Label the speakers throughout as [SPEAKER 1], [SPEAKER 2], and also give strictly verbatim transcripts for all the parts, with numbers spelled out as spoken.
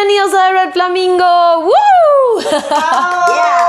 [SPEAKER 1] Bienvenidos a Red Flamingo. ¡Woo! Oh.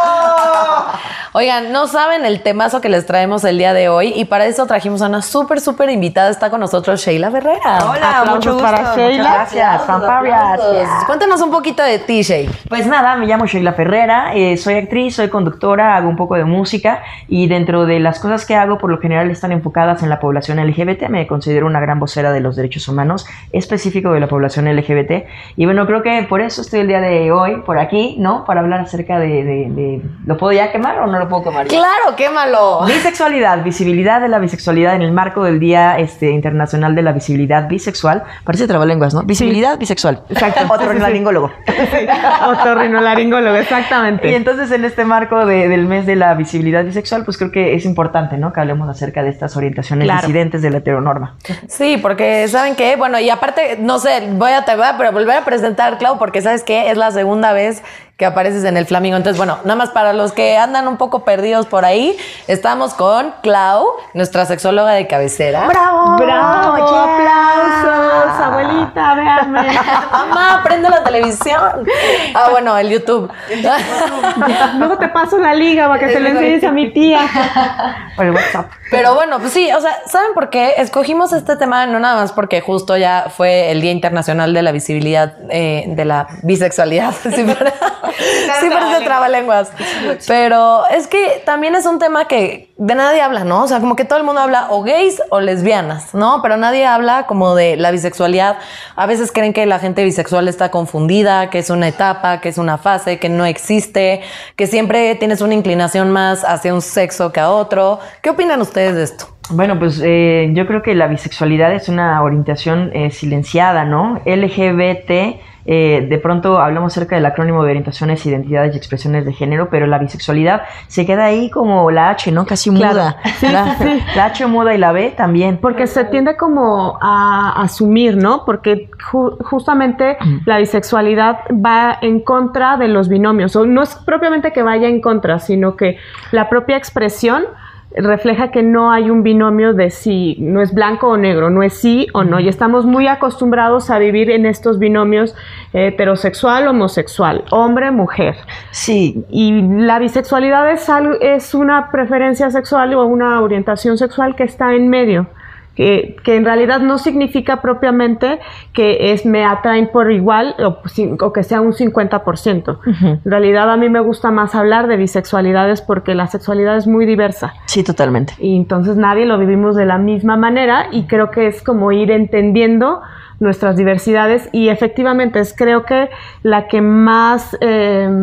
[SPEAKER 1] Yeah. Oigan, no saben el temazo que les traemos el día de hoy y para eso trajimos a una súper, súper invitada. Está con nosotros Sheila Ferrera.
[SPEAKER 2] Hola, mucho gusto. Para Sheila.
[SPEAKER 1] Muchas gracias, fanfarrias. Cuéntanos un poquito de ti, Sheila.
[SPEAKER 2] Pues nada, me llamo Sheila Ferrera, eh, soy actriz, soy conductora, hago un poco de música y dentro de las cosas que hago por lo general están enfocadas en la población L G B T. Me considero una gran vocera de los derechos humanos, específico de la población L G B T. Y bueno, creo que por eso estoy el día de hoy por aquí, ¿no? Para hablar acerca de... de, de ¿lo puedo ya quemar o no lo puedo quemar ya?
[SPEAKER 1] ¡Claro, quémalo!
[SPEAKER 2] Bisexualidad, visibilidad de la bisexualidad en el marco del Día este, Internacional de la Visibilidad Bisexual. Parece trabalenguas, ¿no? Visibilidad sí. Bisexual.
[SPEAKER 3] Exacto.
[SPEAKER 2] Otorrinolaringólogo.
[SPEAKER 3] Sí. Otorrinolaringólogo, exactamente.
[SPEAKER 2] Y entonces en este marco de, del mes de la visibilidad bisexual, pues creo que es importante, ¿no? Que hablemos acerca de estas orientaciones claro. disidentes de la heteronorma.
[SPEAKER 1] Sí, porque ¿saben qué? Bueno, y aparte, no sé, voy a, te voy a volver a presentar, Clau, porque ¿sabes qué? Es la segunda vez que apareces en el Flamingo. Entonces, bueno, nada más para los que andan un poco perdidos por ahí, estamos con Clau, nuestra sexóloga de cabecera.
[SPEAKER 3] ¡Bravo! ¡Bravo! ¡Aplausos! Abuelita, véanme.
[SPEAKER 1] Mamá, prende la televisión. Ah, bueno, el YouTube.
[SPEAKER 3] Luego te paso la liga para que se le enseñes a mi tía.
[SPEAKER 2] Por el WhatsApp.
[SPEAKER 1] Pero bueno, pues sí, o sea, ¿saben por qué? Escogimos este tema no nada más porque justo ya fue el Día Internacional de la Visibilidad eh, de la Bisexualidad. Sí, pero, sí, pero se traba lenguas. Pero es que también es un tema que de nadie habla, ¿no? O sea, como que todo el mundo habla o gays o lesbianas, ¿no? Pero nadie habla como de la bisexualidad. A veces creen que la gente bisexual está confundida, que es una etapa, que es una fase, que no existe, que siempre tienes una inclinación más hacia un sexo que a otro. ¿Qué opinan ustedes de esto?
[SPEAKER 2] Bueno, pues eh, yo creo que la bisexualidad es una orientación eh, silenciada, ¿no? L G B T, eh, de pronto hablamos acerca del acrónimo de orientaciones, identidades y expresiones de género, pero la bisexualidad se queda ahí como la H, ¿no? Casi muda.
[SPEAKER 3] Claro. Sí,
[SPEAKER 2] la,
[SPEAKER 3] sí, sí.
[SPEAKER 2] la H muda y la B también.
[SPEAKER 3] Porque se tiende como a asumir, ¿no? Porque ju justamente la bisexualidad va en contra de los binomios. O no es propiamente que vaya en contra, sino que la propia expresión refleja que no hay un binomio de sí, no es blanco o negro, no es sí o no, y estamos muy acostumbrados a vivir en estos binomios heterosexual, homosexual, hombre, mujer.
[SPEAKER 2] Sí.
[SPEAKER 3] Y la bisexualidad es, algo, es una preferencia sexual o una orientación sexual que está en medio. Que, que en realidad no significa propiamente que es me atraen por igual o, o que sea un cincuenta por ciento. Uh-huh. En realidad a mí me gusta más hablar de bisexualidades porque la sexualidad es muy diversa.
[SPEAKER 2] Sí, totalmente.
[SPEAKER 3] Y entonces nadie lo vivimos de la misma manera y creo que es como ir entendiendo nuestras diversidades y efectivamente es creo que la que más... Eh,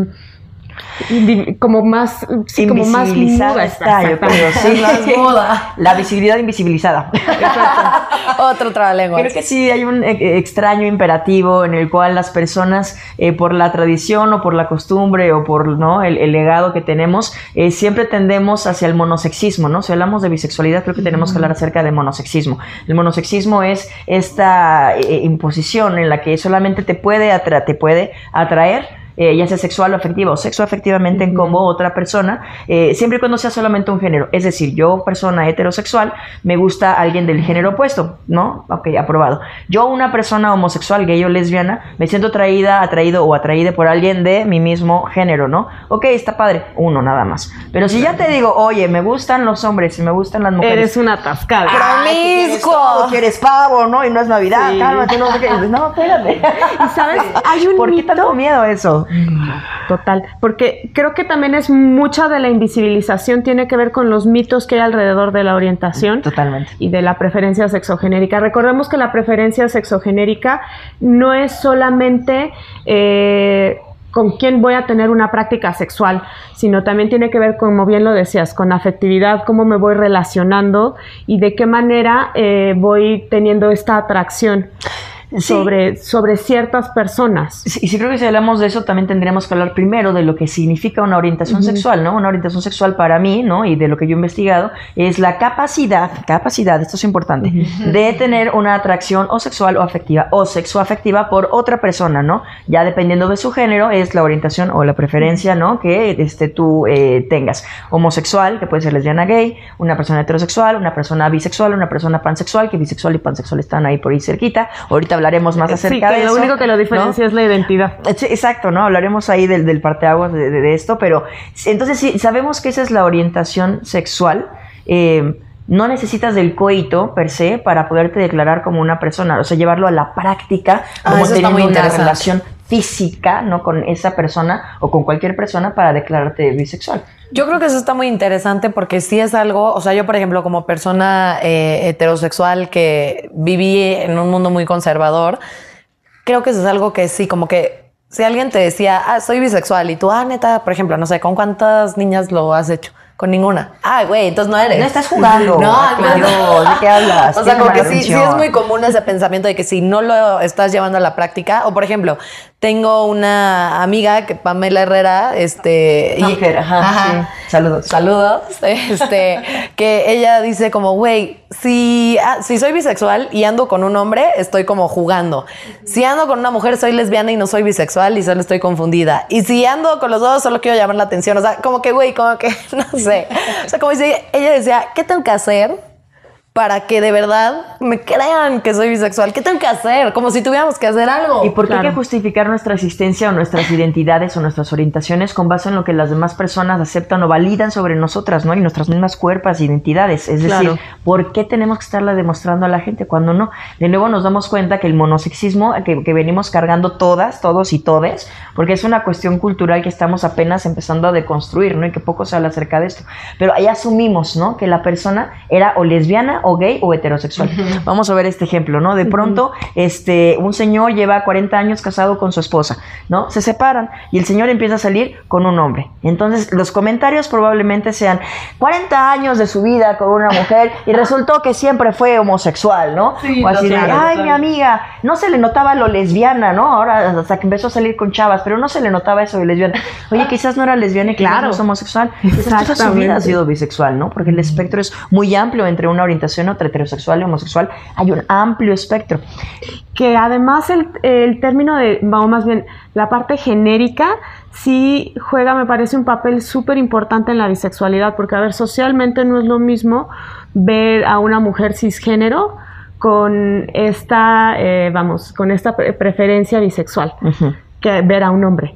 [SPEAKER 3] como más sí, como más muda
[SPEAKER 2] está, yo creo, sí,
[SPEAKER 1] más muda.
[SPEAKER 2] La visibilidad invisibilizada.
[SPEAKER 1] Otro trabalenguas.
[SPEAKER 2] Creo que sí hay un eh, extraño imperativo en el cual las personas eh, por la tradición o por la costumbre o por no el, el legado que tenemos eh, siempre tendemos hacia el monosexismo, ¿no? Si hablamos de bisexualidad creo que tenemos que hablar acerca de monosexismo. El monosexismo es esta eh, imposición en la que solamente te puede atra- te puede atraer Eh, ya sea sexual o afectiva o sexoafectivamente uh-huh. en como otra persona, eh, siempre y cuando sea solamente un género. Es decir, yo, persona heterosexual, me gusta alguien del género opuesto, ¿no? Ok, aprobado. Yo, una persona homosexual, gay o lesbiana, me siento atraída, atraído o atraída por alguien de mi mismo género, ¿no? Ok, está padre, uno nada más. Pero si ya te digo, oye, me gustan los hombres y me gustan las mujeres.
[SPEAKER 3] Eres una atascada.
[SPEAKER 2] ¡Promiscuo! Quieres pavo, ¿no? Y no es Navidad, sí. Cálmate, no sé qué. No, espérate.
[SPEAKER 3] Y sabes, hay un
[SPEAKER 2] ¿por qué
[SPEAKER 3] mito?
[SPEAKER 2] tanto miedo a eso?
[SPEAKER 3] Total, porque creo que también es mucha de la invisibilización tiene que ver con los mitos que hay alrededor de la orientación.
[SPEAKER 2] Totalmente.
[SPEAKER 3] Y de la preferencia sexogenérica. Recordemos que la preferencia sexogenérica no es solamente eh, con quién voy a tener una práctica sexual, sino también tiene que ver, como bien lo decías, con afectividad, cómo me voy relacionando y de qué manera eh, voy teniendo esta atracción. Sí. sobre, sobre ciertas personas.
[SPEAKER 2] Sí, y sí creo que si hablamos de eso también tendríamos que hablar primero de lo que significa una orientación uh-huh. sexual, ¿no? Una orientación sexual para mí, ¿no? Y de lo que yo he investigado, es la capacidad, capacidad, esto es importante, uh-huh. de tener una atracción o sexual o afectiva o sexoafectiva por otra persona, ¿no? Ya dependiendo de su género, es la orientación o la preferencia, ¿no? Que este, tú eh, tengas. Homosexual, que puede ser lesbiana, gay, una persona heterosexual, una persona bisexual, una persona pansexual, que bisexual y pansexual están ahí por ahí cerquita. Ahorita hablaremos más acerca
[SPEAKER 3] sí, que
[SPEAKER 2] de
[SPEAKER 3] lo
[SPEAKER 2] eso.
[SPEAKER 3] único que lo diferencia, ¿no?, es la identidad.
[SPEAKER 2] Sí, exacto, ¿no? Hablaremos ahí del, del parteaguas de, de, de esto, pero entonces sí, sabemos que esa es la orientación sexual. Eh, no necesitas del coito per se para poderte declarar como una persona, o sea, llevarlo a la práctica, como
[SPEAKER 1] ah,
[SPEAKER 2] teniendo una relación física, ¿no?, con esa persona o con cualquier persona para declararte bisexual.
[SPEAKER 1] Yo creo que eso está muy interesante porque sí es algo, o sea, yo por ejemplo como persona eh, heterosexual que viví en un mundo muy conservador, creo que eso es algo que sí, como que si alguien te decía, ah, soy bisexual y tú, ah, neta, por ejemplo, no sé, ¿con cuántas niñas lo has hecho? Con ninguna. Ah, güey, entonces no eres.
[SPEAKER 2] No estás jugando.
[SPEAKER 1] No,
[SPEAKER 2] claro, ¿de qué hablas?
[SPEAKER 1] O sea, como que sí, sí es muy común ese pensamiento de que si no lo estás llevando a la práctica, o por ejemplo, tengo una amiga que Pamela Herrera, este,
[SPEAKER 2] y, mujer, ajá, ajá. Sí. Saludos.
[SPEAKER 1] Saludos. Este, que ella dice como, güey, si, ah, si soy bisexual y ando con un hombre, estoy como jugando. Si ando con una mujer, soy lesbiana y no soy bisexual y solo estoy confundida. Y si ando con los dos, solo quiero llamar la atención. O sea, como que, güey, como que, no sé. O sea, como dice, ella decía, ¿qué tengo que hacer para que de verdad me crean que soy bisexual? ¿Qué tengo que hacer? Como si tuviéramos que hacer algo.
[SPEAKER 2] ¿Y por qué
[SPEAKER 3] claro.
[SPEAKER 2] hay que justificar nuestra existencia o nuestras identidades o nuestras orientaciones con base en lo que las demás personas aceptan o validan sobre nosotras, ¿no? Y nuestras mismas cuerpos e identidades. Es decir, claro. ¿por qué tenemos que estarla demostrando a la gente cuando no? De nuevo nos damos cuenta que el monosexismo que, que venimos cargando todas, todos y todes, porque es una cuestión cultural que estamos apenas empezando a deconstruir, ¿no? Y que poco se habla acerca de esto. Pero ahí asumimos, ¿no?, que la persona era o lesbiana o gay o heterosexual. Uh-huh. Vamos a ver este ejemplo, ¿no? De pronto, uh-huh. este, un señor lleva cuarenta años casado con su esposa, ¿no? Se separan y el señor empieza a salir con un hombre. Entonces, los comentarios probablemente sean cuarenta años de su vida con una mujer y resultó que siempre fue homosexual, ¿no? Sí, o así de, ay, mi amiga, no se le notaba lo lesbiana, ¿no? Ahora hasta que empezó a salir con chavas, pero no se le notaba eso de lesbiana. Oye, quizás no era lesbiana y quizás claro. no es homosexual. Quizás toda su vida ha sido bisexual, ¿no? Porque el espectro es muy amplio entre una orientación otra, heterosexual y homosexual. Hay un amplio espectro.
[SPEAKER 3] Que además el, el término de, vamos más bien, la parte genérica sí juega, me parece, un papel súper importante en la bisexualidad, porque, a ver, socialmente no es lo mismo ver a una mujer cisgénero con esta, eh, vamos, con esta pre- preferencia bisexual, uh-huh. que ver a un hombre.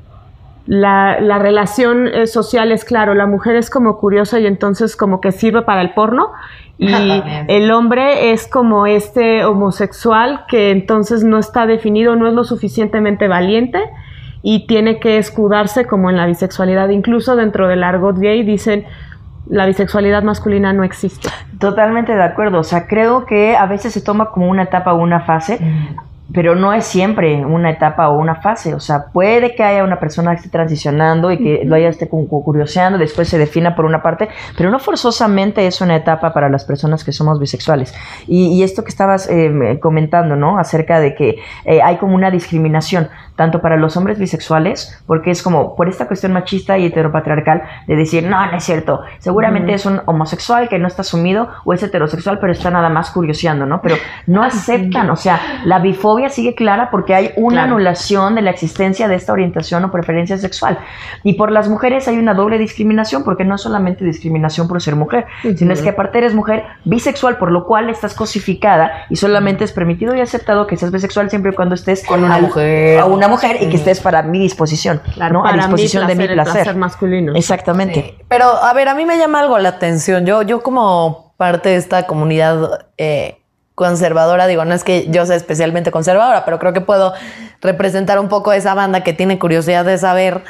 [SPEAKER 3] La, la relación eh, social es, claro, la mujer es como curiosa y entonces como que sirve para el porno, y el hombre es como este homosexual que entonces no está definido, no es lo suficientemente valiente y tiene que escudarse como en la bisexualidad. Incluso dentro del argot gay dicen la bisexualidad masculina no existe.
[SPEAKER 2] Totalmente de acuerdo. O sea, creo que a veces se toma como una etapa o una fase, mm. pero no es siempre una etapa o una fase. O sea, puede que haya una persona que esté transicionando y que lo haya esté curioseando, después se defina por una parte, pero no forzosamente es una etapa para las personas que somos bisexuales. Y, y esto que estabas eh, comentando, ¿no?, acerca de que eh, hay como una discriminación, tanto para los hombres bisexuales, porque es como por esta cuestión machista y heteropatriarcal de decir, no, no es cierto, seguramente mm. es un homosexual que no está asumido, o es heterosexual pero está nada más curioseando, ¿no? Pero no aceptan, o sea, la bifobia sigue clara porque hay una claro. anulación de la existencia de esta orientación o preferencia sexual. Y por las mujeres hay una doble discriminación, porque no es solamente discriminación por ser mujer, uh-huh. sino es que aparte eres mujer bisexual, por lo cual estás cosificada y solamente es permitido y aceptado que seas bisexual siempre y cuando estés
[SPEAKER 1] con una
[SPEAKER 2] al,
[SPEAKER 1] mujer
[SPEAKER 2] a una mujer y que estés para mi disposición,
[SPEAKER 3] claro,
[SPEAKER 2] ¿no?
[SPEAKER 3] Para
[SPEAKER 2] a disposición
[SPEAKER 3] mi placer,
[SPEAKER 2] de mi placer.
[SPEAKER 3] El placer masculino.
[SPEAKER 2] Exactamente.
[SPEAKER 1] Sí. Pero a ver, a mí me llama algo la atención. Yo, yo como parte de esta comunidad eh, conservadora, digo, no es que yo sea especialmente conservadora, pero creo que puedo representar un poco esa banda que tiene curiosidad de saber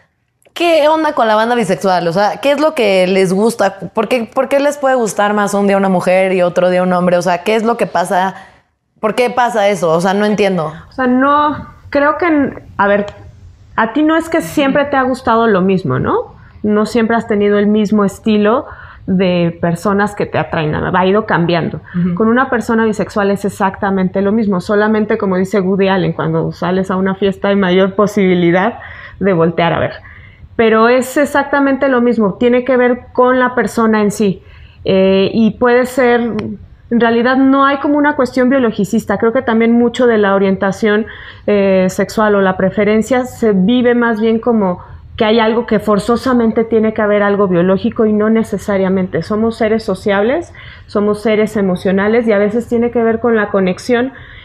[SPEAKER 1] qué onda con la banda bisexual. O sea, ¿qué es lo que les gusta? ¿Por qué, por qué les puede gustar más un día una mujer y otro día un hombre? O sea, ¿qué es lo que pasa? ¿Por qué pasa eso? O sea, no entiendo.
[SPEAKER 3] O sea, no, creo que, a ver, a ti no es que siempre te ha gustado lo mismo, ¿no? No siempre has tenido el mismo estilo de personas que te atraen, ha ido cambiando. Uh-huh. Con una persona bisexual es exactamente lo mismo, solamente, como dice Woody Allen, cuando sales a una fiesta hay mayor posibilidad de voltear a ver. Pero es exactamente lo mismo, tiene que ver con la persona en sí. Eh, y puede ser, en realidad no hay como una cuestión biologicista, creo que también mucho de la orientación eh, sexual o la preferencia se vive más bien como que hay algo que forzosamente tiene que haber algo biológico, y no necesariamente. Somos seres sociables, somos seres emocionales, y a veces tiene que ver con la conexión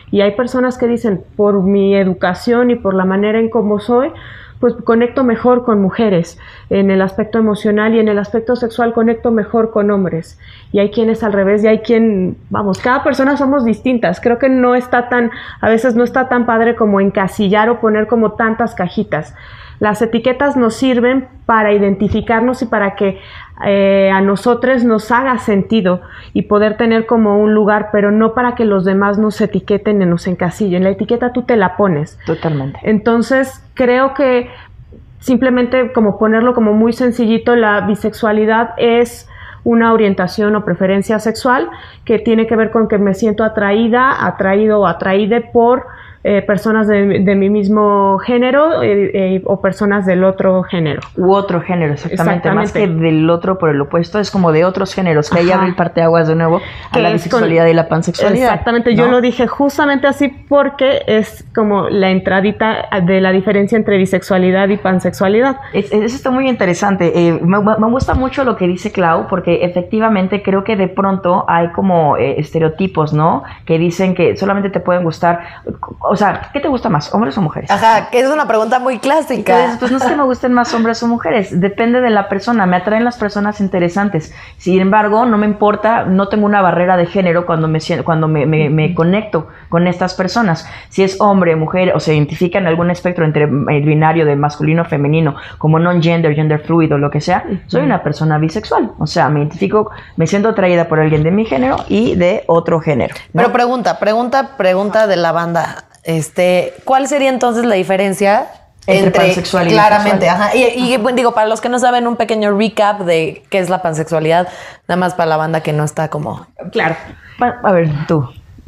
[SPEAKER 3] Y hay personas que dicen, por mi educación y por la manera en cómo soy, pues conecto mejor con mujeres en el aspecto emocional, y en el aspecto sexual conecto mejor con hombres. Y hay quienes al revés, y hay quien, vamos, cada persona somos distintas. Creo que no está tan, a veces no está tan padre como encasillar o poner como tantas cajitas. Las etiquetas nos sirven para identificarnos y para que eh, a nosotros nos haga sentido y poder tener como un lugar, pero no para que los demás nos etiqueten y nos encasillen. La etiqueta tú te la pones.
[SPEAKER 2] Totalmente.
[SPEAKER 3] Entonces, creo que simplemente como ponerlo como muy sencillito, la bisexualidad es una orientación o preferencia sexual que tiene que ver con que me siento atraída, atraído o atraída por Eh, personas de, de mi mismo género eh, eh, o personas del otro género.
[SPEAKER 2] U otro género, exactamente.
[SPEAKER 3] Exactamente.
[SPEAKER 2] Más que del otro por el opuesto, es como de otros géneros, que ahí abre el parteaguas de nuevo a
[SPEAKER 3] Que
[SPEAKER 2] la
[SPEAKER 3] es
[SPEAKER 2] bisexualidad
[SPEAKER 3] con-
[SPEAKER 2] y la pansexualidad.
[SPEAKER 3] Exactamente,
[SPEAKER 2] ¿no?
[SPEAKER 3] yo lo dije justamente así porque es como la entradita de la diferencia entre bisexualidad y pansexualidad.
[SPEAKER 2] Es, es- eso está muy interesante. Eh, me, me gusta mucho lo que dice Clau, porque efectivamente creo que de pronto hay como eh, estereotipos, ¿no? Que dicen que solamente te pueden gustar. O sea, ¿qué te gusta más, hombres o mujeres?
[SPEAKER 1] Ajá, que es una pregunta muy clásica.
[SPEAKER 2] Entonces, pues no es que me gusten más hombres o mujeres, depende de la persona, me atraen las personas interesantes. Sin embargo, no me importa, no tengo una barrera de género cuando me sien- cuando me, me, me conecto con estas personas. Si es hombre, mujer, o se identifica en algún espectro entre el binario de masculino, femenino, como non-gender, gender fluid o lo que sea, soy una persona bisexual. O sea, me identifico, me siento atraída por alguien de mi género y de otro género, ¿no?
[SPEAKER 1] Pero pregunta, pregunta, pregunta de la banda. Este, ¿cuál sería entonces la diferencia
[SPEAKER 2] Entre pansexual y
[SPEAKER 1] claramente,
[SPEAKER 2] bisexual?
[SPEAKER 1] ajá, y, y bueno, digo, para los que no saben, un pequeño recap de qué es la pansexualidad, nada más para la banda que no está como...
[SPEAKER 3] Claro.
[SPEAKER 2] Pa- A ver, tú.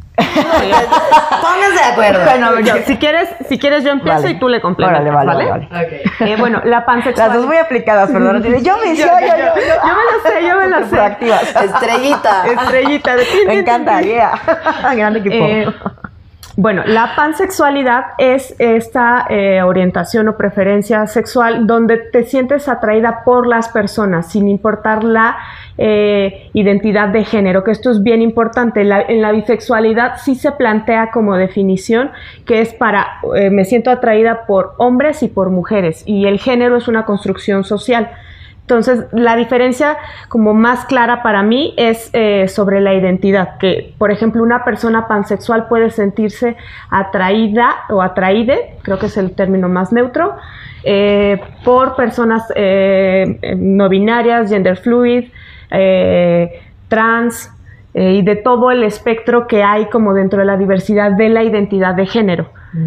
[SPEAKER 1] Pónganse de acuerdo.
[SPEAKER 3] Bueno, a ver, yo, si quieres, si quieres yo empiezo
[SPEAKER 2] Vale.
[SPEAKER 3] y tú le complementas,
[SPEAKER 2] Órale, vale,
[SPEAKER 3] ¿vale?
[SPEAKER 2] vale, vale.
[SPEAKER 3] Eh, bueno, la
[SPEAKER 2] Las
[SPEAKER 3] pansexualidad.
[SPEAKER 2] dos muy aplicadas, perdón. Yo me
[SPEAKER 3] Yo-
[SPEAKER 2] yo,
[SPEAKER 3] yo-
[SPEAKER 2] yo, yo,
[SPEAKER 3] yo- yo me lo sé, yo me lo sé.
[SPEAKER 2] Proactivas.
[SPEAKER 1] Estrellita.
[SPEAKER 3] Estrellita de
[SPEAKER 2] Me encanta, yeah. Gran equipo.
[SPEAKER 3] Eh, bueno, la pansexualidad es esta eh, orientación o preferencia sexual donde te sientes atraída por las personas sin importar la eh, identidad de género, que esto es bien importante. La, en la bisexualidad sí se plantea como definición que es para, eh, me siento atraída por hombres y por mujeres, y el género es una construcción social. Entonces, la diferencia como más clara para mí es eh, sobre la identidad, que, por ejemplo, una persona pansexual puede sentirse atraída o atraíde, creo que es el término más neutro, eh, por personas eh, no binarias, gender fluid, eh, trans, eh, y de todo el espectro que hay como dentro de la diversidad de la identidad de género.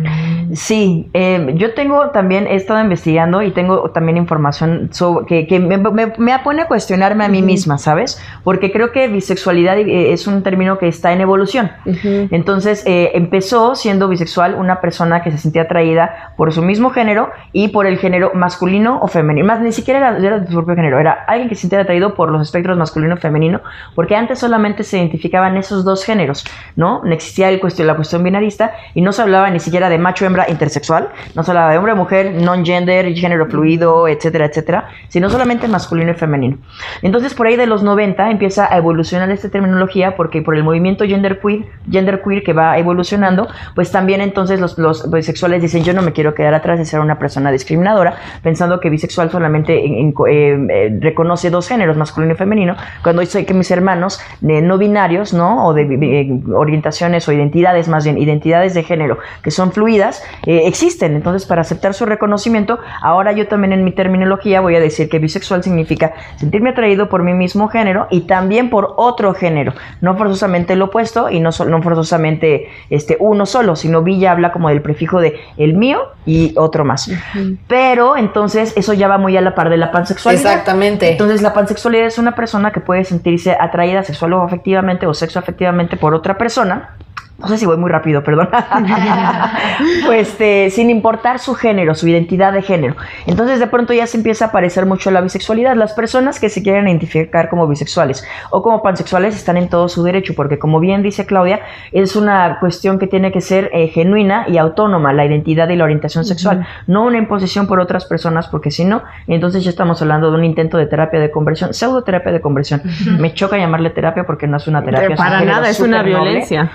[SPEAKER 2] Sí, eh, yo tengo también, he estado investigando y tengo también información sobre, que, que me, me, me pone a cuestionarme a mí
[SPEAKER 3] Uh-huh.
[SPEAKER 2] misma, ¿sabes? Porque creo que bisexualidad eh, es un término que está en evolución.
[SPEAKER 3] Uh-huh.
[SPEAKER 2] Entonces, eh, empezó siendo bisexual una persona que se sentía atraída por su mismo género y por el género masculino o femenino. Más, ni siquiera era, era de su propio género, era alguien que se sentía atraído por los espectros masculino y femenino, porque antes solamente se identificaban esos dos géneros, ¿no? No existía el cuestión, la cuestión binarista y no se hablaba ni siquiera de macho-hembra intersexual, no se hablaba de hombre-mujer, non-gender, género fluido, etcétera, etcétera, sino solamente masculino y femenino. Entonces, por ahí de los noventa empieza a evolucionar esta terminología, porque por el movimiento gender queer, gender queer que va evolucionando, pues también entonces los, los bisexuales dicen, yo no me quiero quedar atrás de ser una persona discriminadora, pensando que bisexual solamente en, en, eh, eh, reconoce dos géneros, masculino y femenino, cuando yo sé que mis hermanos eh, no binarios, ¿no? O de eh, orientaciones o identidades, más bien identidades de género que son fluidas, eh, existen. Entonces, para aceptar su reconocimiento, ahora yo también en mi terminología voy a decir que bisexual significa sentirme atraído por mi mismo género y también por otro género, no forzosamente el opuesto y no, so, no forzosamente este, uno solo, sino bi ya habla como del prefijo de el mío y otro más. Uh-huh. Pero entonces eso ya va muy a la par de la pansexualidad.
[SPEAKER 1] Exactamente.
[SPEAKER 2] Entonces la pansexualidad es una persona que puede sentirse atraída sexual o afectivamente o sexo afectivamente por otra persona. No sé si voy muy rápido, perdón. Pues este, sin importar su género, su identidad de género. Entonces de pronto ya se empieza a aparecer mucho la bisexualidad. Las personas que se quieren identificar como bisexuales o como pansexuales están en todo su derecho, porque como bien dice Claudia, es una cuestión que tiene que ser eh, genuina y autónoma, la identidad y la orientación sexual, uh-huh. no una imposición por otras personas, porque si no, entonces ya estamos hablando de un intento de terapia de conversión, pseudoterapia de conversión. Uh-huh. Me choca llamarle terapia porque no es una terapia.
[SPEAKER 3] Pero para
[SPEAKER 2] es un
[SPEAKER 3] nada, es una violencia.
[SPEAKER 2] Cuando realmente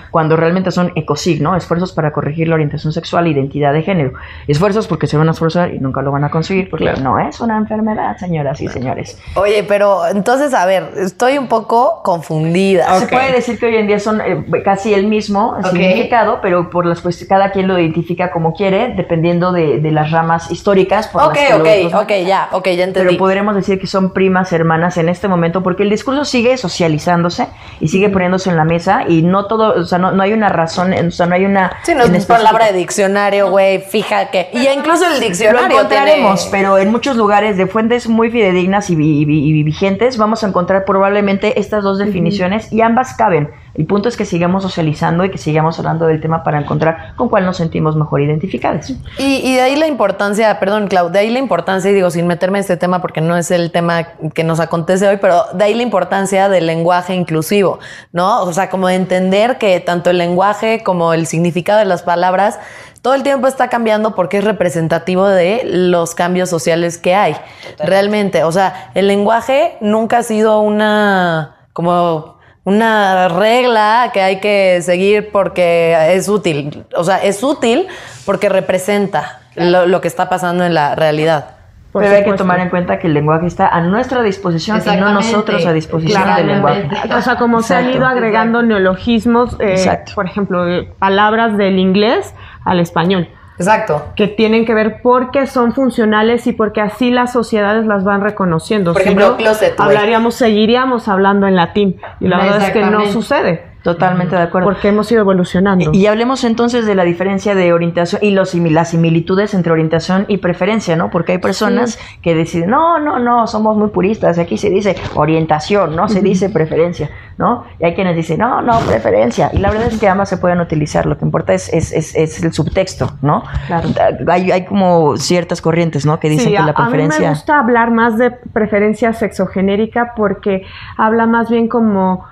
[SPEAKER 2] literalmente son ECOSIG, ¿no? Esfuerzos para corregir la orientación sexual e identidad de género. Esfuerzos porque se van a esforzar y nunca lo van a conseguir porque claro. no es una enfermedad, señoras y señores.
[SPEAKER 1] Oye, pero entonces, a ver, estoy un poco confundida.
[SPEAKER 2] Okay. Se puede decir que hoy en día son eh, casi el mismo okay. significado, pero por las pues cada quien lo identifica como quiere, dependiendo de, de las ramas históricas. Por
[SPEAKER 1] ok,
[SPEAKER 2] las que
[SPEAKER 1] ok, ok, ya, ok, ya entendí.
[SPEAKER 2] Pero podremos decir que son primas hermanas en este momento porque el discurso sigue socializándose y sigue poniéndose en la mesa y no todo, o sea, no, no hay una razón, o sea, no hay una...
[SPEAKER 1] Sí, no es palabra de diccionario, güey, fija que... Y incluso el diccionario
[SPEAKER 2] lo encontraremos,
[SPEAKER 1] tiene...
[SPEAKER 2] pero en muchos lugares de fuentes muy fidedignas y, y, y vigentes vamos a encontrar probablemente estas dos definiciones uh-huh. y ambas caben. El punto es que sigamos socializando y que sigamos hablando del tema para encontrar con cuál nos sentimos mejor identificados.
[SPEAKER 1] Y, y de ahí la importancia, perdón, Clau, de ahí la importancia, y digo, sin meterme en este tema porque no es el tema que nos acontece hoy, pero de ahí la importancia del lenguaje inclusivo, ¿no? O sea, como de entender que tanto el lenguaje como el significado de las palabras todo el tiempo está cambiando porque es representativo de los cambios sociales que hay. Total. Realmente, o sea, el lenguaje nunca ha sido una, como... una regla que hay que seguir porque es útil. O sea, es útil porque representa lo, lo que está pasando en la realidad.
[SPEAKER 2] Por Pero supuesto. Hay que tomar en cuenta que el lenguaje está a nuestra disposición y no nosotros a disposición del lenguaje.
[SPEAKER 3] O sea, como Exacto. se han ido agregando Exacto. neologismos, eh, por ejemplo, eh, palabras del inglés al español.
[SPEAKER 1] Exacto.
[SPEAKER 3] Que tienen que ver porque son funcionales y porque así las sociedades las van reconociendo.
[SPEAKER 1] Por
[SPEAKER 3] si
[SPEAKER 1] ejemplo,
[SPEAKER 3] no,
[SPEAKER 1] closet.
[SPEAKER 3] Hablaríamos, seguiríamos hablando en latín. Y la verdad es que no sucede.
[SPEAKER 2] Totalmente de acuerdo.
[SPEAKER 3] Porque hemos ido evolucionando.
[SPEAKER 2] Y, y hablemos entonces de la diferencia de orientación y los, las similitudes entre orientación y preferencia, ¿no? Porque hay personas sí. que deciden, no, no, no, somos muy puristas, aquí se dice orientación, no se uh-huh. dice preferencia, ¿no? Y hay quienes dicen, no, no, preferencia. Y la verdad es que ambas se pueden utilizar, lo que importa es, es, es, es el subtexto, ¿no?
[SPEAKER 3] Claro.
[SPEAKER 2] Hay, hay como ciertas corrientes, ¿no? Que dicen
[SPEAKER 3] sí,
[SPEAKER 2] que la preferencia...
[SPEAKER 3] a mí me gusta hablar más de preferencia sexogenérica porque habla más bien como...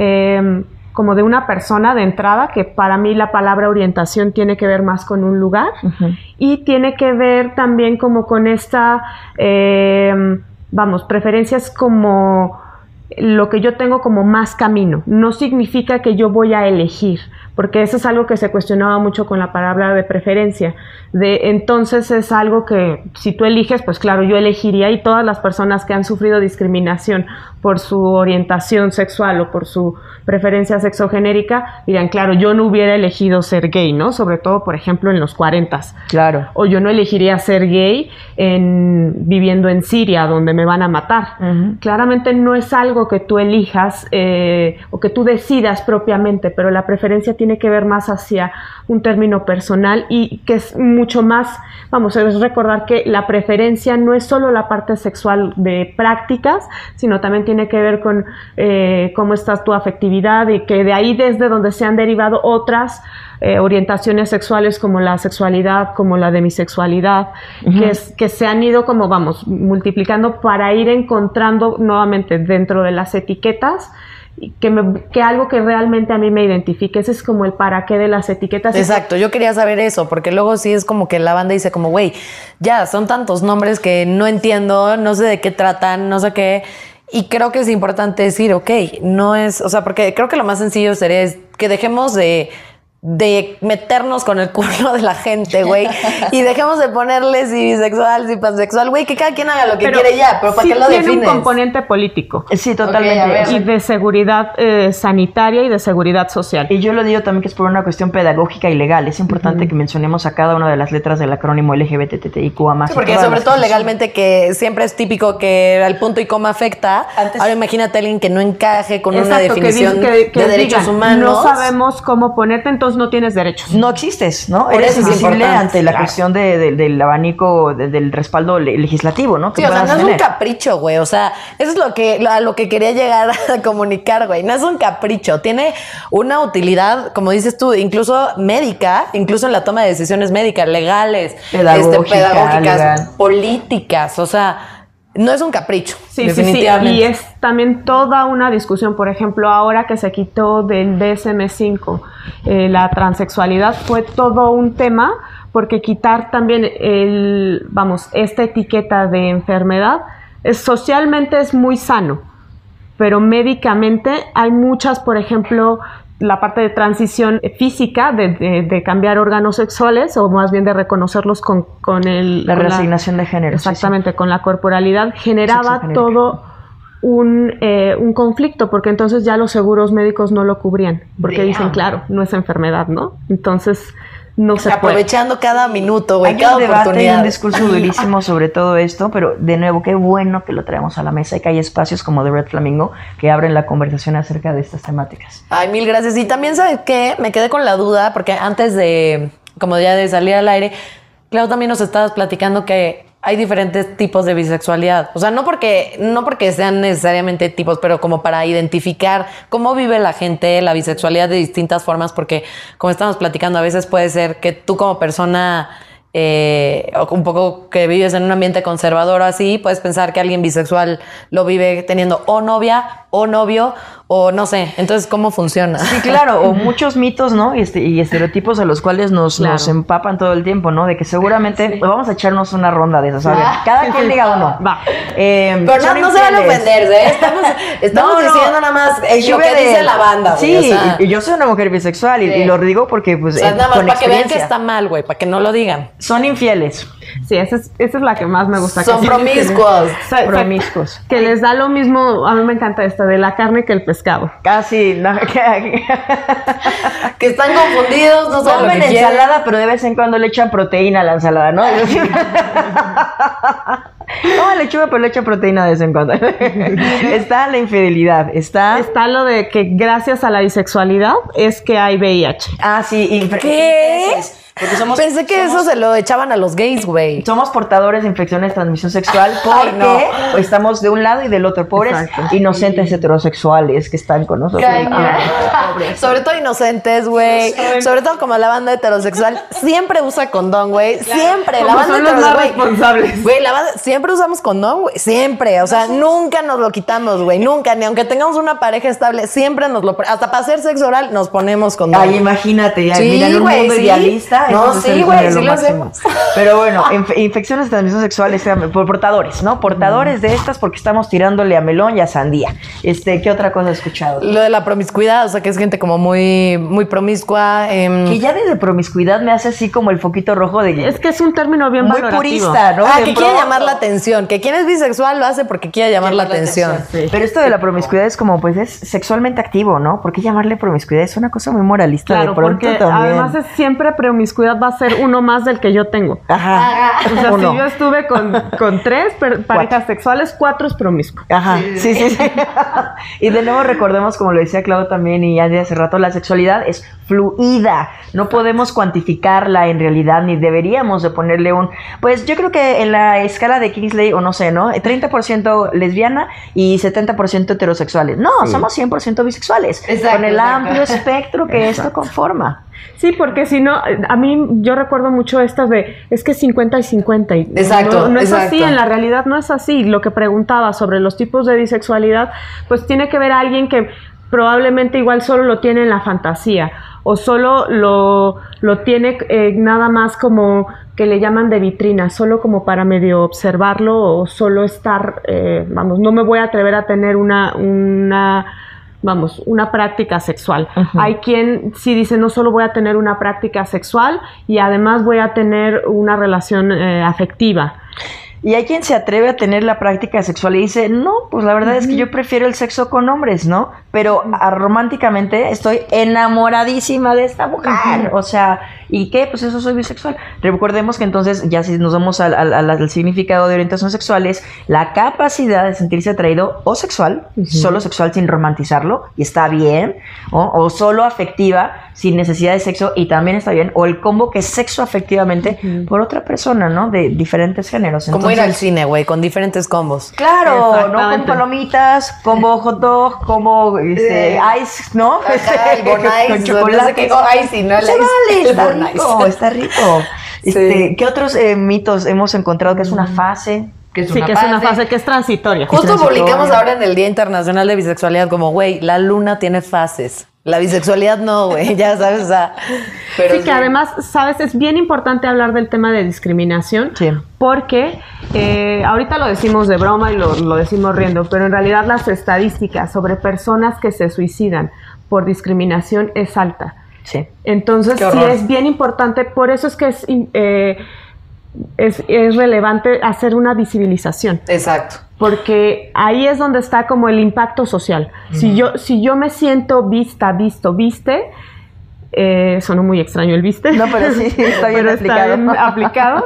[SPEAKER 3] Eh, como de una persona de entrada, que para mí la palabra orientación tiene que ver más con un lugar uh-huh. y tiene que ver también como con esta, eh, vamos, preferencias como lo que yo tengo como más camino. No significa que yo voy a elegir, porque eso es algo que se cuestionaba mucho con la palabra de preferencia. De entonces es algo que si tú eliges, pues claro, yo elegiría, y todas las personas que han sufrido discriminación por su orientación sexual o por su preferencia sexogenérica dirían, claro, yo no hubiera elegido ser gay, ¿no? Sobre todo, por ejemplo, en los cuarentas.
[SPEAKER 2] Claro.
[SPEAKER 3] O yo no elegiría ser gay en, viviendo en Siria, donde me van a matar. Uh-huh. Claramente no es algo que tú elijas eh, o que tú decidas propiamente, pero la preferencia tiene que ver más hacia un término personal y que es mucho más, vamos, es recordar que la preferencia no es solo la parte sexual de prácticas, sino también tiene que ver con eh, cómo está tu afectividad y que de ahí desde donde se han derivado otras eh, orientaciones sexuales como la sexualidad, como la demisexualidad, uh-huh. que, es, que se han ido como, vamos, multiplicando para ir encontrando nuevamente dentro de las etiquetas Que, me, que algo que realmente a mí me identifique. Ese es como el para qué de las etiquetas.
[SPEAKER 1] Exacto, yo quería saber eso, porque luego sí es como que la banda dice como, güey, ya, son tantos nombres que no entiendo, no sé de qué tratan, no sé qué, y creo que es importante decir, ok, no es, o sea, porque creo que lo más sencillo sería que dejemos de... de meternos con el culo de la gente, güey, y dejemos de ponerle si bisexual, si pansexual, güey, que cada quien haga lo que pero quiere ya, pero ¿para sí qué lo defines?
[SPEAKER 3] Tiene un componente político.
[SPEAKER 2] Sí, totalmente.
[SPEAKER 3] Okay, y de seguridad eh, sanitaria y de seguridad social.
[SPEAKER 2] Y yo lo digo también que es por una cuestión pedagógica y legal. Es importante uh-huh. que mencionemos a cada una de las letras del acrónimo L G B T T I Q A más.
[SPEAKER 1] Sí, porque sobre todo legalmente, que siempre es típico que el punto y coma afecta. Antes, ahora imagínate a alguien que no encaje con Exacto, una definición que dice, que, que de derechos digan, humanos.
[SPEAKER 3] No sabemos cómo ponerte, entonces no tienes derechos.
[SPEAKER 2] No existes, ¿no? Por Eres invisible ante la claro. cuestión de, de, del abanico, de, del respaldo le, legislativo, ¿no?
[SPEAKER 1] Sí, o sea, no tener. Es un capricho, güey. O sea, eso es lo que, a lo que quería llegar a comunicar, güey. No es un capricho. Tiene una utilidad, como dices tú, incluso médica, incluso en la toma de decisiones médicas, legales,
[SPEAKER 2] Pedagógica,
[SPEAKER 1] este, pedagógicas, legal. políticas. O sea, no es un capricho,
[SPEAKER 3] sí, definitivamente. Sí, sí, y es también toda una discusión. Por ejemplo, ahora que se quitó del D S M cinco eh, la transexualidad, fue todo un tema, porque quitar también el, vamos, esta etiqueta de enfermedad, es, socialmente es muy sano, pero médicamente hay muchas, por ejemplo, la parte de transición física, de, de, de cambiar órganos sexuales, o más bien de reconocerlos con, con el...
[SPEAKER 2] La
[SPEAKER 3] con
[SPEAKER 2] reasignación de género.
[SPEAKER 3] Exactamente,
[SPEAKER 2] sí, sí.
[SPEAKER 3] con la corporalidad, generaba todo un, eh, un conflicto, porque entonces ya los seguros médicos no lo cubrían, porque Damn. dicen, claro, no es enfermedad, ¿no? Entonces... No se
[SPEAKER 1] aprovechando
[SPEAKER 3] puede.
[SPEAKER 1] cada minuto, güey,
[SPEAKER 2] hay
[SPEAKER 1] cada
[SPEAKER 2] un debate
[SPEAKER 1] oportunidad.
[SPEAKER 2] y un discurso durísimo sobre todo esto, pero de nuevo, qué bueno que lo traemos a la mesa y que hay espacios como The Red Flamingo que abren la conversación acerca de estas temáticas.
[SPEAKER 1] Ay, mil gracias. Y también, ¿sabes qué? Me quedé con la duda, porque antes de, como ya de salir al aire, Clau, también nos estabas platicando que hay diferentes tipos de bisexualidad. O sea, no porque, no porque sean necesariamente tipos, pero como para identificar cómo vive la gente la bisexualidad de distintas formas, porque como estamos platicando, a veces puede ser que tú como persona... Eh, o un poco que vives en un ambiente conservador o así, puedes pensar que alguien bisexual lo vive teniendo o novia o novio o no sé. Entonces, ¿cómo funciona?
[SPEAKER 2] Sí, claro, o muchos mitos, ¿no? Y, este, y estereotipos a los cuales nos, claro. nos empapan todo el tiempo, ¿no? De que seguramente sí. vamos a echarnos una ronda de esas, ¿sabes? Cada quien diga uno.
[SPEAKER 3] Va.
[SPEAKER 1] Eh, Pero no, no se van a ofender, ¿eh? Estamos, estamos no, no, diciendo nada más el lo que de, dice la banda.
[SPEAKER 2] Sí, güey, o sea, y, y yo soy una mujer bisexual y, sí. y lo digo porque, pues,
[SPEAKER 1] o sea,
[SPEAKER 2] eh,
[SPEAKER 1] nada más para que vean que está mal, güey, para que no lo digan.
[SPEAKER 2] Son infieles.
[SPEAKER 3] Sí, esa es, esa es la que más me gusta.
[SPEAKER 1] Son
[SPEAKER 3] que
[SPEAKER 1] promiscuos.
[SPEAKER 3] O sea, promiscuos. Que les da lo mismo, a mí me encanta esta, de la carne que el pescado.
[SPEAKER 2] Casi. No, que,
[SPEAKER 1] que están confundidos, no saben
[SPEAKER 2] comen
[SPEAKER 1] lo que
[SPEAKER 2] ensalada,
[SPEAKER 1] quieren.
[SPEAKER 2] pero de vez en cuando le echan proteína a la ensalada, ¿no? No, lechuga, pero le echan proteína de vez en cuando. Está la infidelidad, está...
[SPEAKER 3] Está lo de que gracias a la bisexualidad es que hay V I H.
[SPEAKER 2] Ah, sí.
[SPEAKER 1] ¿Qué? Porque somos, Pensé que somos, eso se lo echaban a los gays, güey.
[SPEAKER 2] Somos portadores de infecciones de transmisión sexual porque Ay, no. estamos de un lado y del otro. Pobres Exacto. inocentes sí. heterosexuales que están con nosotros.
[SPEAKER 1] Ah, sobre todo inocentes, güey. Sobre todo como la banda heterosexual siempre usa condón, güey. Claro. Siempre.
[SPEAKER 3] Como
[SPEAKER 1] la banda
[SPEAKER 3] son los más responsables.
[SPEAKER 1] Güey, la banda, siempre usamos condón, güey. Siempre. O sea, no, nunca nos lo quitamos, güey. Nunca. Ni aunque tengamos una pareja estable, siempre nos lo... Hasta para hacer sexo oral nos ponemos condón.
[SPEAKER 2] Ay, imagínate.
[SPEAKER 1] Sí,
[SPEAKER 2] mira, en un
[SPEAKER 1] güey,
[SPEAKER 2] mundo
[SPEAKER 1] sí.
[SPEAKER 2] idealista...
[SPEAKER 1] No, sí, güey, sí lo hacemos.
[SPEAKER 2] Pero bueno, inf- infecciones de transmisión sexual, este, por portadores, ¿no? Portadores mm. de estas porque estamos tirándole a melón y a sandía. Este, ¿qué otra cosa he escuchado?
[SPEAKER 1] Lo de la promiscuidad, o sea, que es gente como muy, muy promiscua. Eh.
[SPEAKER 2] Que ya desde promiscuidad me hace así como el foquito rojo de...
[SPEAKER 3] Es que es un término bien
[SPEAKER 2] muy
[SPEAKER 3] valorativo.
[SPEAKER 2] purista, ¿no?
[SPEAKER 1] Ah,
[SPEAKER 2] de
[SPEAKER 1] que
[SPEAKER 2] pro...
[SPEAKER 1] quiere llamar la atención. Que quien es bisexual lo hace porque quiere llamar la, la atención. atención.
[SPEAKER 2] Sí. Pero esto de la promiscuidad es como, pues, es sexualmente activo, ¿no? ¿Por qué llamarle promiscuidad? Es una cosa muy moralista
[SPEAKER 3] claro,
[SPEAKER 2] de pronto
[SPEAKER 3] porque
[SPEAKER 2] también.
[SPEAKER 3] Además es siempre promiscuidad va a ser uno más del que yo tengo.
[SPEAKER 2] Ajá.
[SPEAKER 3] O sea, Uno. si yo estuve con, con tres per, parejas cuatro. sexuales, cuatro es promiscuo.
[SPEAKER 2] Ajá, sí, sí, sí. Y de nuevo recordemos, como lo decía Clau también y ya de hace rato, la sexualidad es fluida. No podemos cuantificarla en realidad, ni deberíamos de ponerle un... Pues yo creo que en la escala de Kingsley, o no sé, ¿no? treinta por ciento lesbiana y setenta por ciento heterosexuales. No, sí. somos cien por ciento bisexuales. Exacto, con el exacto. amplio espectro que exacto. esto conforma.
[SPEAKER 3] Sí, porque si no, a mí yo recuerdo mucho estas de, es que cincuenta y cincuenta. Y
[SPEAKER 1] exacto,
[SPEAKER 3] no, no es
[SPEAKER 1] exacto.
[SPEAKER 3] así, en la realidad no es así. Lo que preguntaba sobre los tipos de bisexualidad, pues tiene que ver a alguien que probablemente igual solo lo tiene en la fantasía o solo lo, lo tiene eh, nada más como que le llaman de vitrina, solo como para medio observarlo o solo estar, eh, vamos, no me voy a atrever a tener una... una vamos, una práctica sexual. Uh-huh. Hay quien sí dice, no solo voy a tener una práctica sexual y además voy a tener una relación eh, afectiva.
[SPEAKER 2] Y hay quien se atreve a tener la práctica sexual y dice, no, pues la verdad uh-huh. es que yo prefiero el sexo con hombres, ¿no? Pero uh, románticamente estoy enamoradísima de esta mujer. Uh-huh. O sea, ¿y qué? Pues eso soy bisexual. Recordemos que entonces, ya si nos vamos al, al, al significado de orientación sexual, es la capacidad de sentirse atraído o sexual, uh-huh. solo sexual sin romantizarlo, y está bien, ¿no? O solo afectiva, sin necesidad de sexo, y también está bien, o el combo que es sexo afectivamente uh-huh. por otra persona, ¿no? De diferentes géneros.
[SPEAKER 1] Entonces, como ir al cine, güey, con diferentes combos.
[SPEAKER 2] Claro, ¿no? Con palomitas, combo hot dog, combo este, ice, ¿no?
[SPEAKER 1] Ajá, el bon ice,
[SPEAKER 2] con chocolate.
[SPEAKER 1] No sé qué, oh, ice, ¿no?
[SPEAKER 2] Se vale, está rico, está rico. Este, sí. ¿Qué otros eh, mitos hemos encontrado? Que es una fase...
[SPEAKER 3] Que es sí, una que fase. es una fase que es transitoria.
[SPEAKER 1] Justo
[SPEAKER 3] es transitoria.
[SPEAKER 1] Publicamos ahora en el Día Internacional de Bisexualidad como, güey, la luna tiene fases. La bisexualidad no, güey, ya sabes, o sea...
[SPEAKER 3] Pero sí, que sí. Además, sabes, es bien importante hablar del tema de discriminación,
[SPEAKER 2] sí.
[SPEAKER 3] porque eh, ahorita lo decimos de broma y lo, lo decimos riendo, pero en realidad las estadísticas sobre personas que se suicidan por discriminación es alta.
[SPEAKER 2] Sí.
[SPEAKER 3] Entonces, sí es bien importante, por eso es que es... Eh, Es, es relevante hacer una visibilización.
[SPEAKER 1] Exacto.
[SPEAKER 3] Porque ahí es donde está como el impacto social. Uh-huh. Si yo, si yo me siento vista, visto, viste, eh, sonó muy extraño el viste.
[SPEAKER 2] No, pero sí, está bien
[SPEAKER 3] pero
[SPEAKER 2] aplicado.
[SPEAKER 3] Está bien aplicado.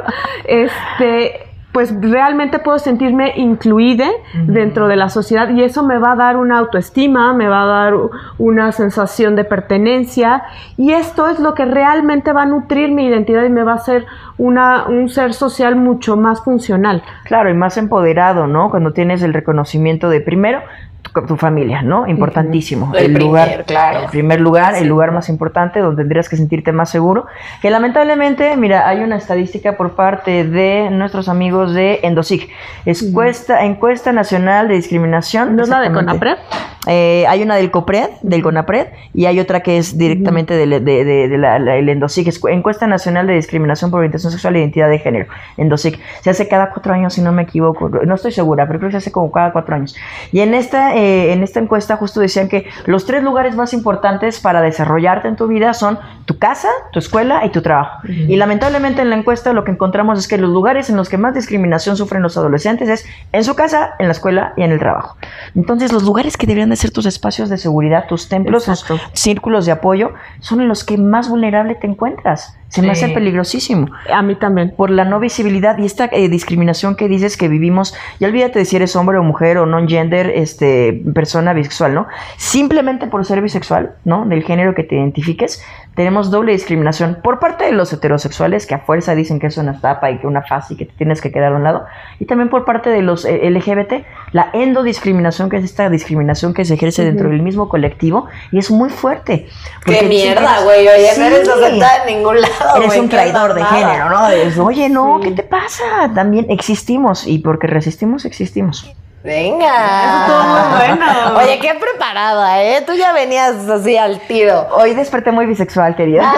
[SPEAKER 3] Este, pues realmente puedo sentirme incluida uh-huh. dentro de la sociedad y eso me va a dar una autoestima, me va a dar una sensación de pertenencia y esto es lo que realmente va a nutrir mi identidad y me va a hacer una, un ser social mucho más funcional.
[SPEAKER 2] Claro, y más empoderado, ¿no? Cuando tienes el reconocimiento de primero tu, tu familia, ¿no? Importantísimo.
[SPEAKER 1] El, el primer,
[SPEAKER 2] lugar,
[SPEAKER 1] claro.
[SPEAKER 2] El primer lugar,
[SPEAKER 1] sí.
[SPEAKER 2] el lugar más importante donde tendrías que sentirte más seguro. Que lamentablemente, mira, hay una estadística por parte de nuestros amigos de Endosic. Es encuesta, encuesta nacional de discriminación.
[SPEAKER 3] ¿No es la de CONAPRED?
[SPEAKER 2] Eh, hay una del COPRED, del CONAPRED, y hay otra que es directamente uh-huh. de, de, de, de la, la, el Endosic, Encuesta Nacional de Discriminación por Orientación Sexual e Identidad de Género, Endosic. Se hace cada cuatro años, si no me equivoco, no estoy segura, pero creo que se hace como cada cuatro años. Y en esta, eh, en esta encuesta justo decían que los tres lugares más importantes para desarrollarte en tu vida son tu casa, tu escuela y tu trabajo. Uh-huh. Y lamentablemente en la encuesta lo que encontramos es que los lugares en los que más discriminación sufren los adolescentes es en su casa, en la escuela y en el trabajo. Entonces los lugares que deberían de ser tus espacios de seguridad, tus templos, tus círculos de apoyo, son en los que más vulnerable te encuentras. Se me sí. hace peligrosísimo.
[SPEAKER 3] A mí también.
[SPEAKER 2] Por la no visibilidad y esta eh, discriminación que dices que vivimos, y olvídate de si eres hombre o mujer o non-gender, este, persona bisexual, ¿no? Simplemente por ser bisexual, ¿no? Del género que te identifiques, tenemos doble discriminación por parte de los heterosexuales, que a fuerza dicen que es una etapa y que una fase y que te tienes que quedar a un lado, y también por parte de los eh, L G B T, la endodiscriminación, que es esta discriminación que se ejerce uh-huh. dentro del mismo colectivo, y es muy fuerte.
[SPEAKER 1] ¡Qué mierda, güey! Oye, sí. no eres aceptada en ningún lado.
[SPEAKER 2] Eres
[SPEAKER 1] wey,
[SPEAKER 2] un traidor de género, ¿no? Es, Oye, no, sí. ¿qué te pasa? También existimos, y porque resistimos, existimos.
[SPEAKER 1] Venga.
[SPEAKER 3] Eso muy bueno.
[SPEAKER 1] Oye, qué preparada, ¿eh? Tú ya venías así al tiro.
[SPEAKER 2] Hoy desperté muy bisexual, querida.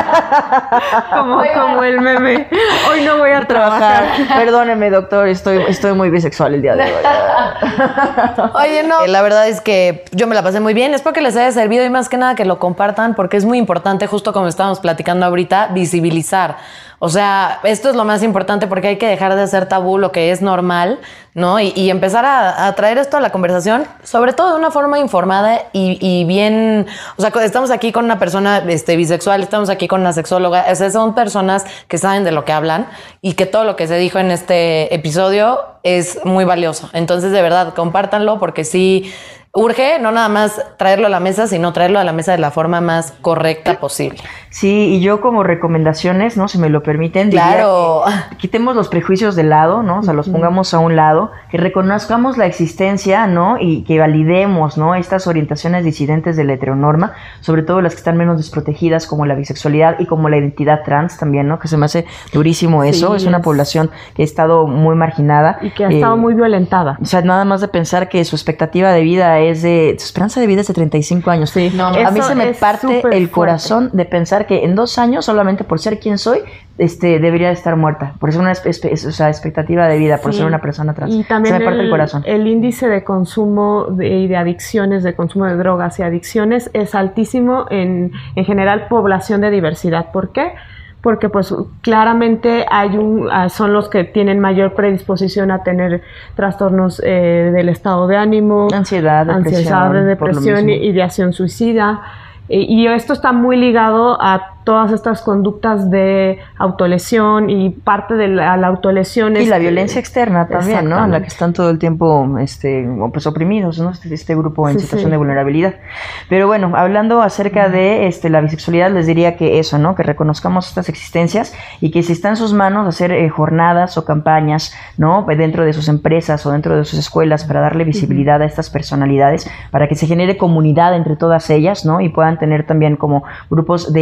[SPEAKER 3] como, como el meme. Hoy no voy a trabajar.
[SPEAKER 2] Perdóneme, doctor, estoy, estoy muy bisexual el día de hoy.
[SPEAKER 1] Oye, no. La verdad es que yo me la pasé muy bien. Espero que les haya servido y más que nada que lo compartan porque es muy importante, justo como estábamos platicando ahorita, visibilizar. O sea, esto es lo más importante porque hay que dejar de hacer tabú lo que es normal, ¿no? Y, y empezar a, a traer esto a la conversación, sobre todo de una forma informada y, y bien... O sea, estamos aquí con una persona este, bisexual, estamos aquí con una sexóloga. O sea, son personas que saben de lo que hablan y que todo lo que se dijo en este episodio es muy valioso. Entonces, de verdad, compártanlo porque sí... Urge no nada más traerlo a la mesa, sino traerlo a la mesa de la forma más correcta posible.
[SPEAKER 2] Sí, y yo como recomendaciones, ¿no? Si me lo permiten,
[SPEAKER 1] claro.
[SPEAKER 2] diría que quitemos los prejuicios de lado, ¿no? O sea, los pongamos a un lado, que reconozcamos la existencia, ¿no? Y que validemos, ¿no? Estas orientaciones disidentes de la heteronorma, sobre todo las que están menos desprotegidas, como la bisexualidad y como la identidad trans también, ¿no? Que se me hace durísimo eso. Sí, es, es una población que ha estado muy marginada.
[SPEAKER 3] Y que ha estado eh, muy violentada.
[SPEAKER 2] O sea, nada más de pensar que su expectativa de vida es de... Su esperanza de vida es de treinta y cinco años. Sí, no, a mí se me parte el corazón fuerte. De pensar que en dos años, solamente por ser quien soy, este, debería estar muerta. Por ser una espe- o sea, expectativa de vida, por sí. ser una persona trans.
[SPEAKER 3] Y también
[SPEAKER 2] se me parte
[SPEAKER 3] el,
[SPEAKER 2] el corazón.
[SPEAKER 3] El índice de consumo de, y de adicciones, de consumo de drogas y adicciones es altísimo en, en general población de diversidad. ¿Por qué? Porque pues claramente hay un, son los que tienen mayor predisposición a tener trastornos eh, del estado de ánimo,
[SPEAKER 2] ansiedad,
[SPEAKER 3] ansiedad,
[SPEAKER 2] depresión,
[SPEAKER 3] depresión y ideación suicida. Y esto está muy ligado a todas estas conductas de autolesión y parte de la, la autolesión
[SPEAKER 2] y
[SPEAKER 3] es
[SPEAKER 2] la violencia externa también, ¿no? En la que están todo el tiempo este, pues oprimidos, ¿no? Este, este grupo en sí, situación sí. de vulnerabilidad. Pero bueno, hablando acerca de este, la bisexualidad, les diría que eso, ¿no? Que reconozcamos estas existencias y que si está en sus manos hacer eh, jornadas o campañas, ¿no? Dentro de sus empresas o dentro de sus escuelas para darle visibilidad uh-huh. a estas personalidades, para que se genere comunidad entre todas ellas, ¿no? Y puedan tener también como grupos de apoyo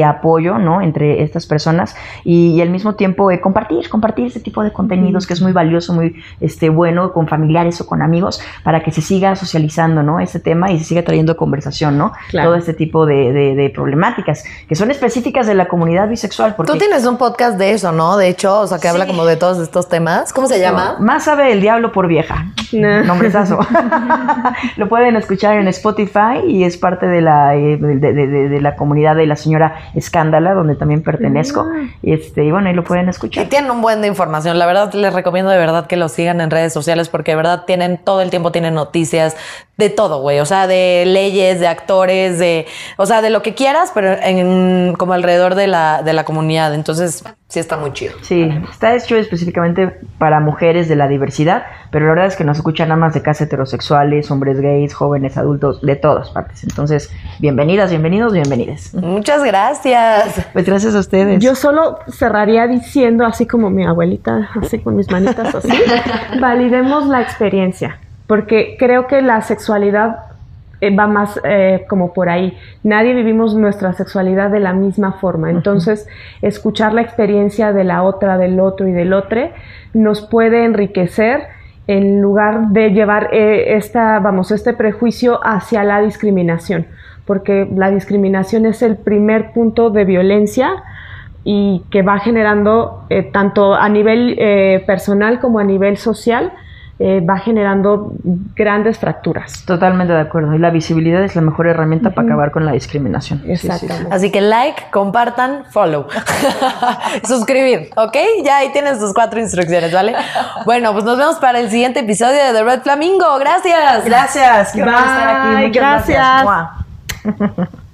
[SPEAKER 2] apoyo, ¿no? Entre estas personas y, y al mismo tiempo eh, compartir, compartir este tipo de contenidos, mm. que es muy valioso, muy este, bueno, con familiares o con amigos, para que se siga socializando, ¿no? Este tema y se siga trayendo conversación, ¿no? Claro. Todo este tipo de, de, de problemáticas que son específicas de la comunidad bisexual. Porque...
[SPEAKER 1] Tú tienes un podcast de eso, ¿no? De hecho, o sea, que sí. habla como de todos estos temas. ¿Cómo se llama?
[SPEAKER 2] Más sabe el diablo por vieja. No. Nombrezazo. Lo pueden escuchar en Spotify y es parte de la, eh, de, de, de, de la comunidad de la señora Escándala, donde también pertenezco. Mm. Este, y bueno, ahí lo pueden escuchar.
[SPEAKER 1] Y tienen un buen de información. La verdad, les recomiendo de verdad que lo sigan en redes sociales porque de verdad tienen, todo el tiempo tienen noticias de todo, güey. O sea, de leyes, de actores, de, o sea, de lo que quieras, pero en, como alrededor de la, de la comunidad. Entonces, sí está muy chido.
[SPEAKER 2] Sí, está hecho específicamente para mujeres de la diversidad, pero la verdad es que nos escuchan nada más de casos heterosexuales, hombres gays, jóvenes, adultos, de todas partes. Entonces, bienvenidas, bienvenidos, bienvenides.
[SPEAKER 1] Muchas gracias.
[SPEAKER 2] Pues gracias a ustedes.
[SPEAKER 3] Yo solo cerraría diciendo, así como mi abuelita, así con mis manitas así, validemos la experiencia, porque creo que la sexualidad va más eh, como por ahí. Nadie vivimos nuestra sexualidad de la misma forma. Entonces, uh-huh. escuchar la experiencia de la otra, del otro y del otro nos puede enriquecer en lugar de llevar eh, esta, vamos, este prejuicio hacia la discriminación, porque la discriminación es el primer punto de violencia y que va generando eh, tanto a nivel eh, personal como a nivel social. Eh, va generando grandes fracturas.
[SPEAKER 2] Totalmente de acuerdo. Y la visibilidad es la mejor herramienta uh-huh. para acabar con la discriminación.
[SPEAKER 3] Exactamente.
[SPEAKER 1] Sí, sí, sí. Así que like, compartan, follow. Suscribir, ¿ok? Ya ahí tienen sus cuatro instrucciones, ¿vale? Bueno, pues nos vemos para el siguiente episodio de The Red Flamingo. Gracias.
[SPEAKER 2] Gracias. Qué
[SPEAKER 3] Bye.
[SPEAKER 2] Estar aquí. Muchas
[SPEAKER 3] gracias.
[SPEAKER 2] gracias.